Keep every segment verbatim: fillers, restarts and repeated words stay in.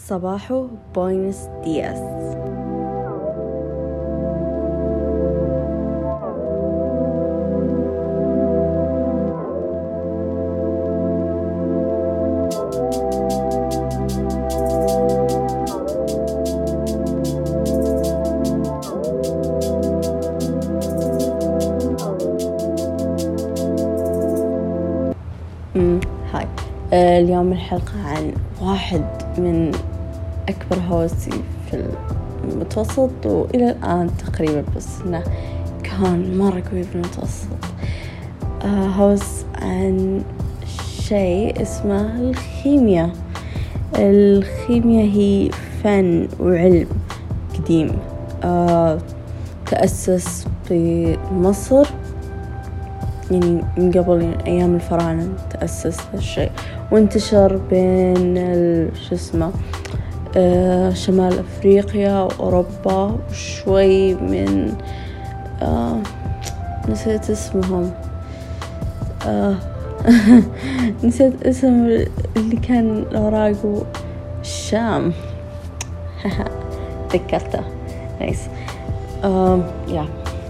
صباحو بوينس دياس. هاي آه اليوم الحلقة عن واحد من أكبر هوسي في المتوسط وإلى الآن تقريبا، بس إنه كان مرة قوي في المتوسط. آه هوس عن شيء اسمه الخيمياء. الخيمياء هي فن وعلم قديم، آه تأسس بمصر، يعني من قبل أيام الفراعنة تأسس هالشيء، وانتشر بين شو اسمه آه شمال أفريقيا وأوروبا وشوي من آه نسيت اسمهم آه نسيت اسم اللي كان الأوراق الشام ذكرته نايس. آه يا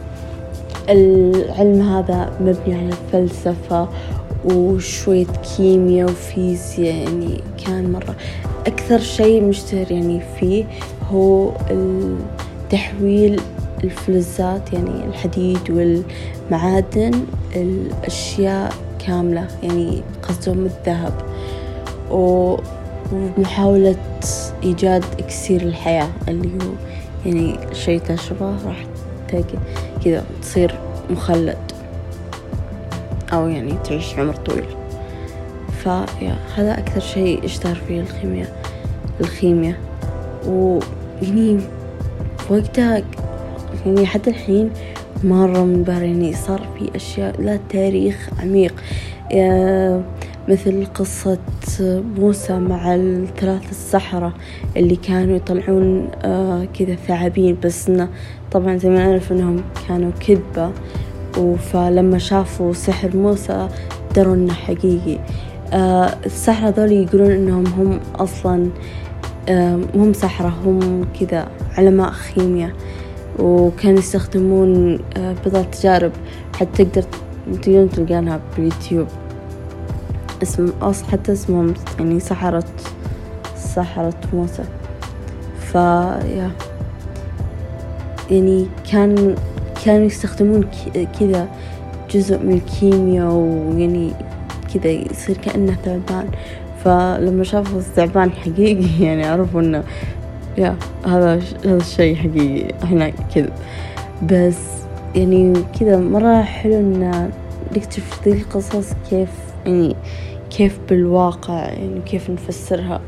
العلم هذا مبني على الفلسفة وشوية كيمياء وفيزياء، يعني كان مرة أكثر شيء مشتهر يعني فيه هو تحويل الفلزات، يعني الحديد والمعادن، الأشياء كاملة، يعني قصدهم الذهب، ومحاولة إيجاد إكسير الحياة اللي هو يعني شيء تشربه راح كذا تصير مخلد أو يعني تعيش عمر طويل. فيا هذا أكثر شيء اشتهر فيه الخيمياء الخيمياء ويعني وقتها يعني حتى الحين مرة منبهر، يعني صار في أشياء لا تاريخ عميق، مثل قصة موسى مع الثلاث السحرة اللي كانوا يطلعون آه كذا ثعابين، بس إنه طبعا زي ما نعرف إنهم كانوا كذبة، فلما شافوا سحر موسى دروا إنه حقيقي. آه السحرة ذول يقولون إنهم هم أصلا آه هم سحرة، هم كذا علماء خيمياء، وكانوا يستخدمون آه بضع تجارب حتى تقدر تقدرون تلقانها باليوتيوب، اسم أصل حتى اسمهم يعني سحرة سحرة موسى. فيا يعني كان كانوا يستخدمون كذا جزء من الكيمياء، ويعني كذا يصير كأنه ثعبان، فلما شافوا الثعبان حقيقي يعني عرفوا إنه يا هذا هذا الشيء حقيقي، هنا كذا. بس يعني كذا مرة حلو إن نكتشف ذي القصص كيف يعني كيف بالواقع، يعني كيف نفسرها،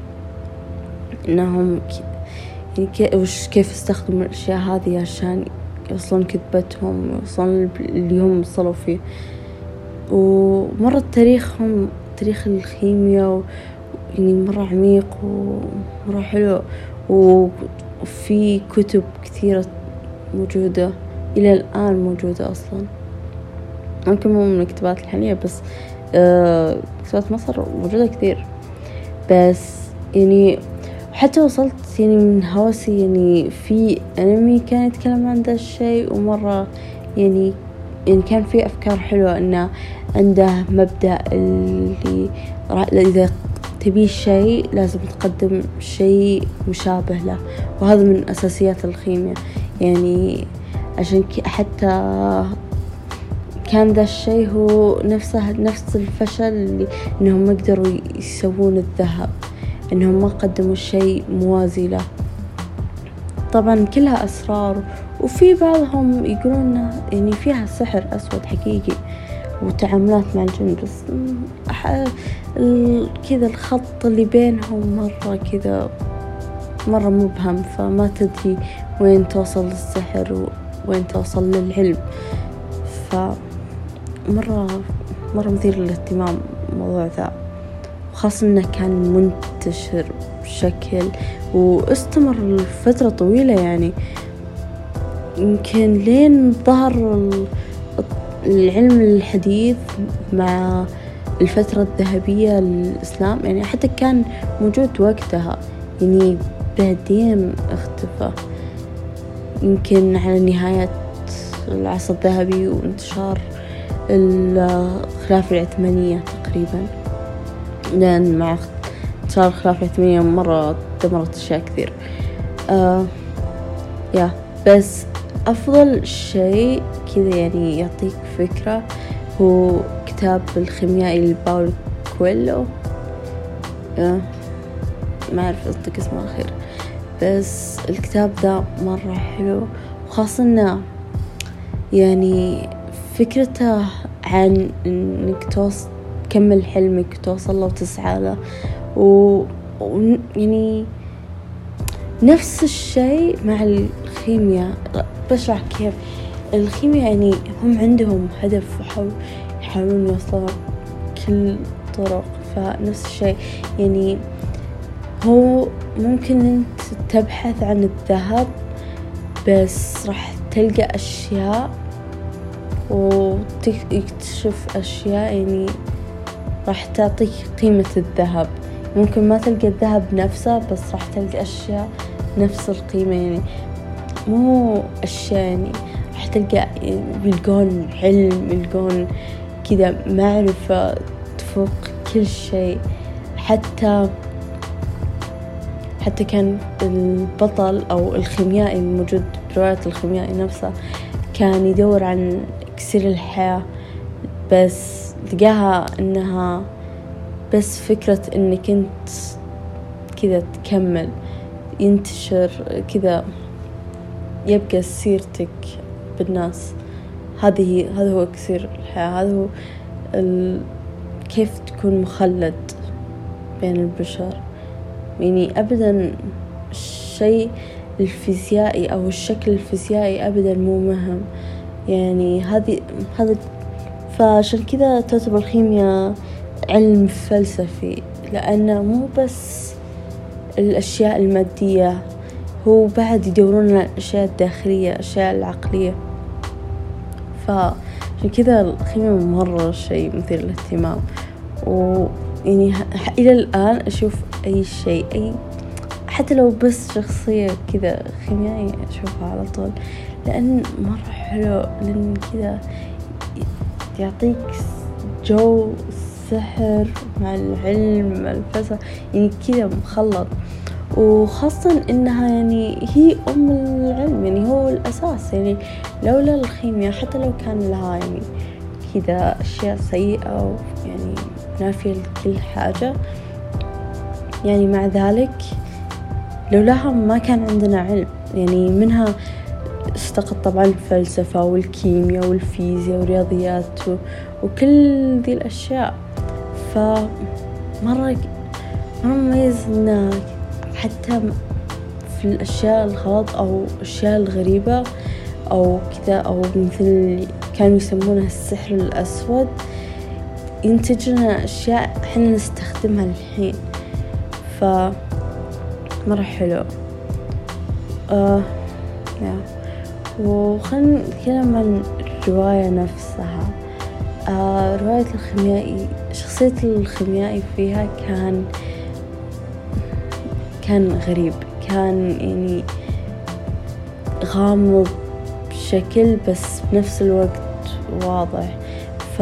إنهم يعني كيف كيف استخدموا الأشياء هذه عشان يوصلون كذبتهم، يوصلون اللي هم وصلوا فيه. ومرة تاريخهم تاريخ الخيمياء يعني مرة عميق ومرة حلو، وفي كتب كثيرة موجودة إلى الآن موجودة أصلا، ممكن مو من الكتابات الحالية بس آه كتابات مصر موجودة كثير. بس يعني حتى وصلت يعني من هوسي يعني في أنمي كان يتكلم عن ذا الشيء، ومرة يعني يعني كان في أفكار حلوة، إنه عنده مبدأ اللي إذا تبي شيء لازم تقدم شيء مشابه له، وهذا من أساسيات الخيمياء. يعني عشان حتى كان ذا الشيء هو نفسه نفس الفشل اللي إنهم ما قدروا يسوون الذهب، إنهم ما قدموا شيء موازي له. طبعا كلها أسرار، وفي بعضهم يقولون يعني فيها سحر أسود حقيقي وتعاملات مع الجن، بس كذا الخط اللي بينهم مرة كذا مرة مبهم، فما تدري وين توصل للسحر وين توصل للعلم. فمرة مرة مثير للاهتمام الموضوع ذا، خاصة إنه كان منتشر بشكل واستمر لفترة طويلة، يعني يمكن لين ظهر العلم الحديث مع الفترة الذهبية للإسلام، يعني حتى كان موجود وقتها، يعني بعدين اختفى، يمكن على نهاية العصر الذهبي وانتشار الخلافة العثمانية تقريبا، لأن مع انتشار الخلافة العثمانية مرة دمرت أشياء كثير. آه يا بس أفضل شيء كذا يعني يعطيك فكرة هو كتاب الخيميائي لباولو كويلو. آه ما أعرف أصدق اسمه الأخير، بس الكتاب ذا مرة حلو، وخاصة إنه يعني فكرته عن إنك توصل تكمل حلمك توصل له وتسعى له، و... و... يعني نفس الشيء مع الخيمياء. بشرح كيف الخيمياء يعني هم عندهم هدف وحاول يحاولون يوصلون كل طرق، فنفس الشيء يعني هو ممكن أنت تبحث عن الذهب بس راح تلقى أشياء وتكتشف أشياء يعني راح تعطيك قيمة الذهب. ممكن ما تلقى الذهب نفسه بس راح تلقى أشياء نفس القيمة، يعني مو أشياء يعني راح تلقى يلقون علم، يلقون كذا معرفة تفوق كل شيء. حتى حتى كان البطل أو الخيميائي الموجود برواية الخيميائي نفسه كان يدور عن إكسير الحياة، بس لقاها إنها بس فكرة إنك أنت كذا تكمل ينتشر كذا يبقى سيرتك بالناس. هذه هذا هو إكسير الحياة، هذا هو ال... كيف تكون مخلد بين البشر. يعني أبدا الشيء الفيزيائي أو الشكل الفيزيائي أبدا مو مهم، يعني هذه هذا فعشان كذا تعتبر الخيمياء علم فلسفي، لأنه مو بس الأشياء المادية، هو بعد يدورون على الأشياء الداخلية، الأشياء العقلية. فعشان كذا الخيمياء مرة شيء مثير للاهتمام، ويعني إلى الآن أشوف أي شيء أي حتى لو بس شخصية كذا خيميائية أشوفها على طول، لأن مرة حلو، لأن كذا يعطيك جو السحر مع العلم مع الفلسفة، يعني كذا مخلط. وخاصة إنها يعني هي أم العلم، يعني هو الأساس، يعني لولا الخيمياء حتى لو كان لها يعني كذا أشياء سيئة يعني نافية لكل حاجة، يعني مع ذلك لولاها ما كان عندنا علم. يعني منها استقط طبعا الفلسفة والكيمياء والفيزياء والرياضيات وكل ذي الأشياء. فمرة مرة مميز إنه حتى في الأشياء الغلط أو الأشياء الغريبة أو كذا، أو مثل كانوا يسمونها السحر الأسود، ينتج لنا أشياء إحنا نستخدمها الحين. فمرة حلو. آه yeah. وخلنا نتكلم عن الرواية نفسها. آه رواية الخيميائي، شخصية الخيميائي فيها كان كان غريب، كان يعني غامض بشكل بس بنفس الوقت واضح. ف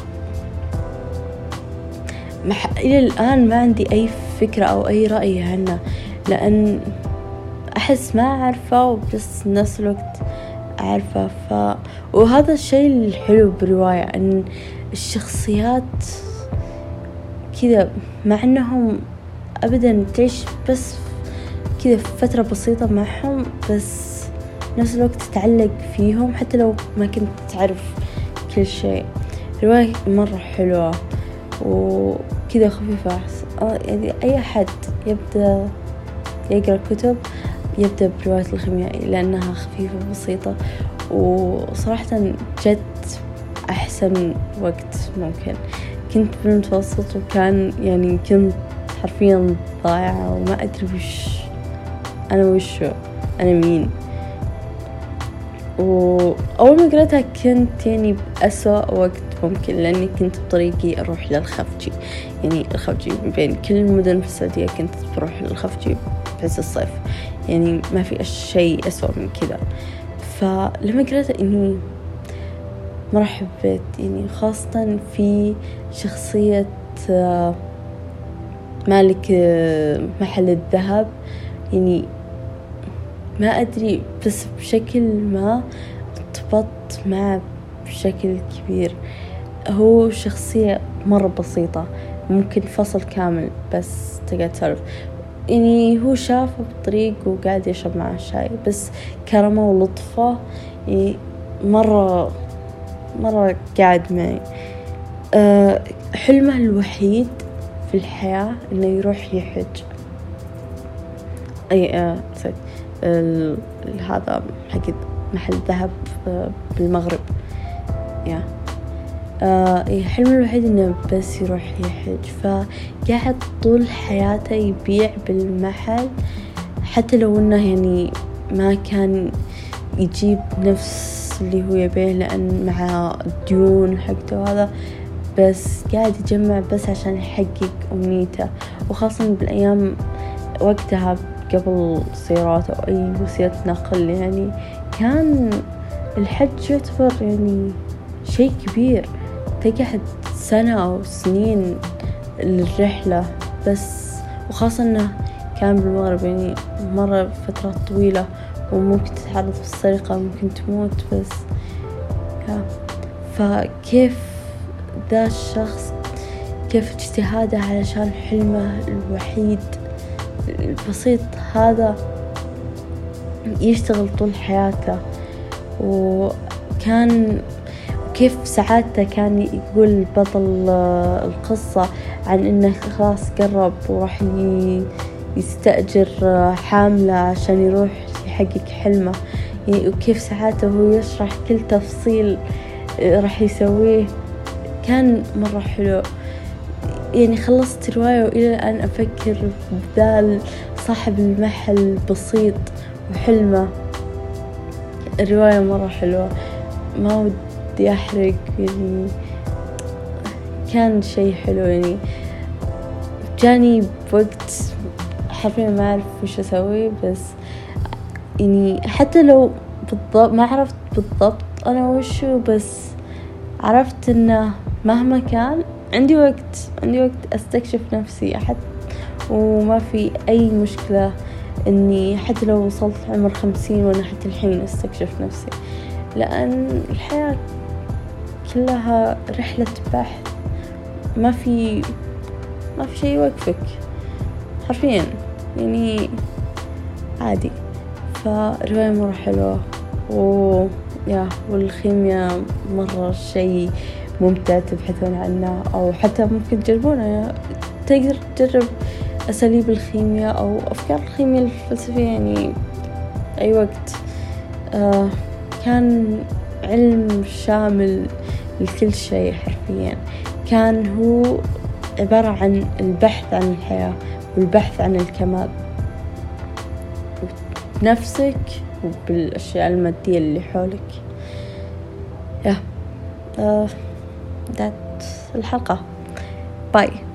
إلى الآن ما عندي أي فكرة أو أي رأي عنه، لأن أحس ما أعرفه وبس نفس الوقت أعرفه. ف... وهذا الشيء الحلو برواية، أن الشخصيات كذا مع أنهم أبدا تعيش بس كذا فترة بسيطة معهم، بس نفس الوقت تتعلق فيهم حتى لو ما كنت تعرف كل شيء. رواية مرة حلوة وكذا خفيفة. يعني أي أحد يبدأ يقرأ كتب يبدأ برواية الخيميائي، لأنها خفيفة بسيطة، وصراحة جد أحسن وقت ممكن. كنت بالمتوسط وكان يعني كنت حرفيا ضايعة وما أدري وش أنا وشو أنا مين. وأول ما قرأتها كنت يعني بأسوأ وقت ممكن، لأني كنت بطريقي أروح للخفجي، يعني الخفجي بين كل المدن في السعودية كنت بروح للخفجي بعز الصيف، يعني ما في شيء أسوأ من كذا. فلما قرأت إني مرة حبيت، يعني خاصة في شخصية مالك محل الذهب، يعني ما أدري بس بشكل ما ارتبطت معه بشكل كبير. هو شخصية مرة بسيطة، ممكن فصل كامل بس تقعد تسولف، يعني هو شافه بالطريق وقاعد يشرب معه شاي، بس كرمه ولطفه يعني مرة مرة قاعد معي. أه حلمه الوحيد في الحياة إنه يروح يحج. أي أه هذا حق محل ذهب أه بالمغرب، يا أه حلمه الوحيد إنه بس يروح يحج. فقاعد طول حياته يبيع بالمحل، حتى لو إنه يعني ما كان يجيب نفس اللي هو يبيه لأن مع الديون حقته هذا، بس قاعد يجمع بس عشان يحقق أمنيته. وخاصة بالأيام وقتها قبل سيارات أو أي وسيلة نقل، يعني كان الحج يعتبر يعني شيء كبير، تقعد سنة أو سنين للرحلة بس. وخاصة أنه كان بالمغرب، يعني مرة فترة طويلة وممكن تتعرض للسرقة، ممكن تموت. بس فكيف ذا الشخص كيف اجتهاده علشان حلمه الوحيد البسيط هذا يشتغل طول حياته، وكان كيف سعادته. كان يقول بطل القصة عن إنه خلاص قرب وراح يستأجر حاملة عشان يروح يحقق حلمه، يعني وكيف سعادته وهو يشرح كل تفصيل راح يسويه. كان مرة حلو، يعني خلصت الرواية وإلى الآن أفكر بذال صاحب المحل بسيط وحلمه. الرواية مرة حلوة، ما ودي أحرق، يعني كان شيء حلو. يعني جاني بوقت حرفيا ما أعرف وش أسوي، بس يعني حتى لو بالضبط ما عرفت بالضبط أنا وشو، بس عرفت إنه مهما كان عندي وقت عندي وقت أستكشف نفسي أحد، وما في أي مشكلة إني حتى لو وصلت عمر خمسين وأنا حتى الحين أستكشف نفسي، لأن الحياة كلها رحلة بحث، ما في ما في شيء يوقفك حرفيا، يعني عادي. فرواية مرة حلوة، و يا والخيمياء مرة شيء ممتع تبحثون عنه، أو حتى ممكن تجربونه. تقدر تجرب أساليب الخيمياء أو أفكار الخيمياء الفلسفية، يعني أي وقت. آه كان علم شامل لكل شيء حرفيا، كان هو عبارة عن البحث عن الحياة والبحث عن الكمال بنفسك وبالأشياء المادية اللي حولك. يا آه ذات الحلقة. باي.